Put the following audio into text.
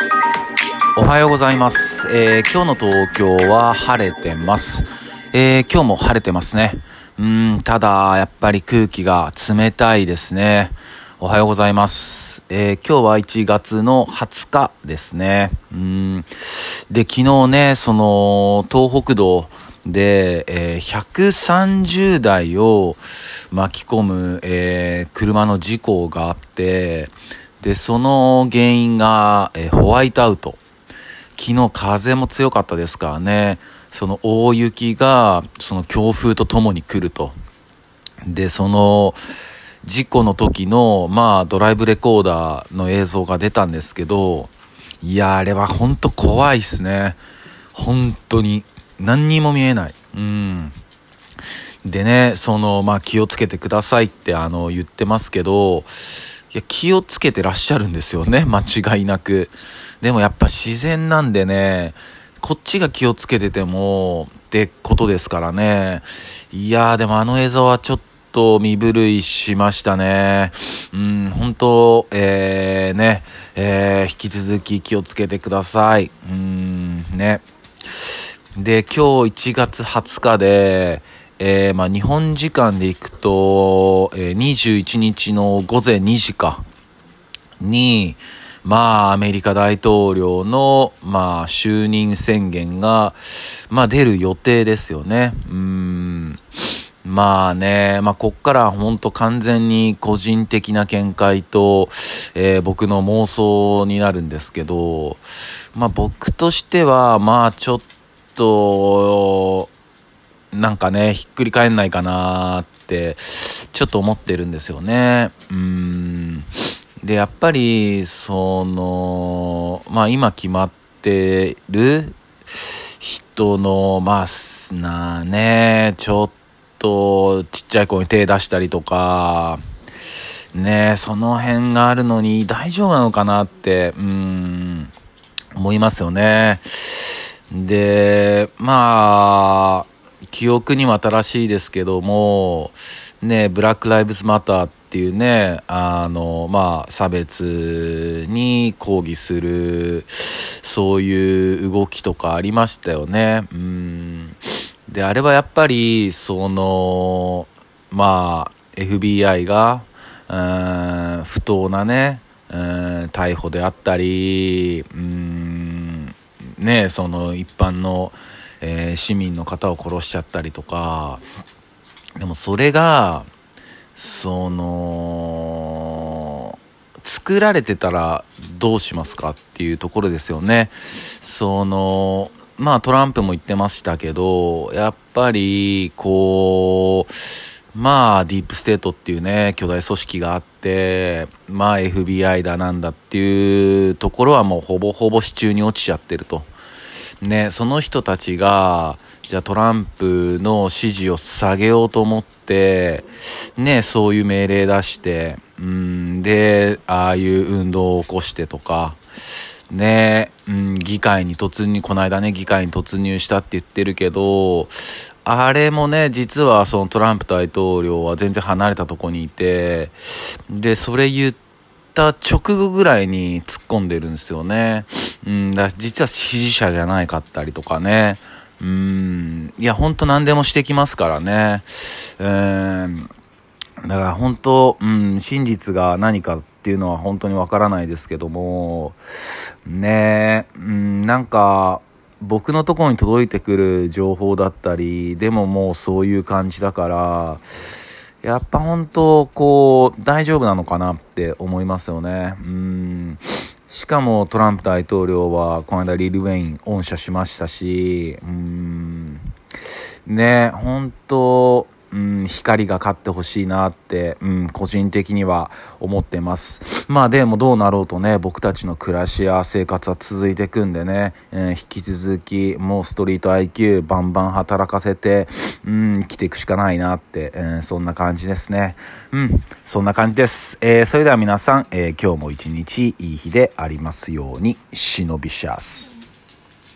おはようございます。今日の東京は晴れてます。今日も晴れてますね。ただやっぱり空気が冷たいですね。おはようございます。今日は1月の20日ですね。で、昨日ね、東北道で、130台を巻き込む、車の事故があって、で、その原因が、ホワイトアウト。昨日風も強かったですからね。その大雪がその強風とともに来ると。で、その事故の時のドライブレコーダーの映像が出たんですけど、いや、あれは本当怖いっすね。本当に何にも見えない。でね、気をつけてくださいって言ってますけど、いや、気をつけてらっしゃるんですよね、間違いなく。でもやっぱ自然なんでね、こっちが気をつけててもってことですからね。いやー、でもあの映像はちょっと身震いしましたね。本当、引き続き気をつけてください。ね。で、今日1月20日で、日本時間でいくと、21日の午前2時に、アメリカ大統領の、就任宣言が、出る予定ですよね。こっから本当完全に個人的な見解と、僕の妄想になるんですけど、僕としては、ちょっと、ひっくり返んないかなって、ちょっと思ってるんですよね。で、やっぱり、今決まってる人の、ちょっとちっちゃい子に手出したりとか、その辺があるのに大丈夫なのかなって、思いますよね。で、記憶にも新しいですけども、ブラックライブズマターっていうね、差別に抗議する、そういう動きとかありましたよね。で、あれはやっぱり、FBI が、不当なね、逮捕であったり、一般の、市民の方を殺しちゃったりとか、でもそれが作られてたらどうしますかっていうところですよね。トランプも言ってましたけど、やっぱりディープステートっていうね、巨大組織があって、FBI だなんだっていうところはもうほぼほぼ手中に落ちちゃってると。その人たちが、じゃあトランプの支持を下げようと思って、そういう命令出して、で、ああいう運動を起こしてとか、議会にこの間ね、議会に突入したって言ってるけど、あれもね、実はトランプ大統領は全然離れたとこにいて、で、それ言った直後ぐらいに突っ込んでるんですよね。実は支持者じゃないかったりとかね。いや、ほんと何でもしてきますからね。だから本当、真実が何かっていうのは本当にわからないですけども、僕のところに届いてくる情報だったり、でももうそういう感じだから、やっぱ本当大丈夫なのかなって思いますよね。しかもトランプ大統領はこの間リル・ウェイン恩赦しましたし、本当、光が勝ってほしいなって、個人的には思ってます。でもどうなろうとね、僕たちの暮らしや生活は続いていくんでね、引き続きもうストリート IQ バンバン働かせて、生きていくしかないなって、そんな感じですね。そんな感じです。それでは皆さん、今日も一日いい日でありますように。シノビシャス。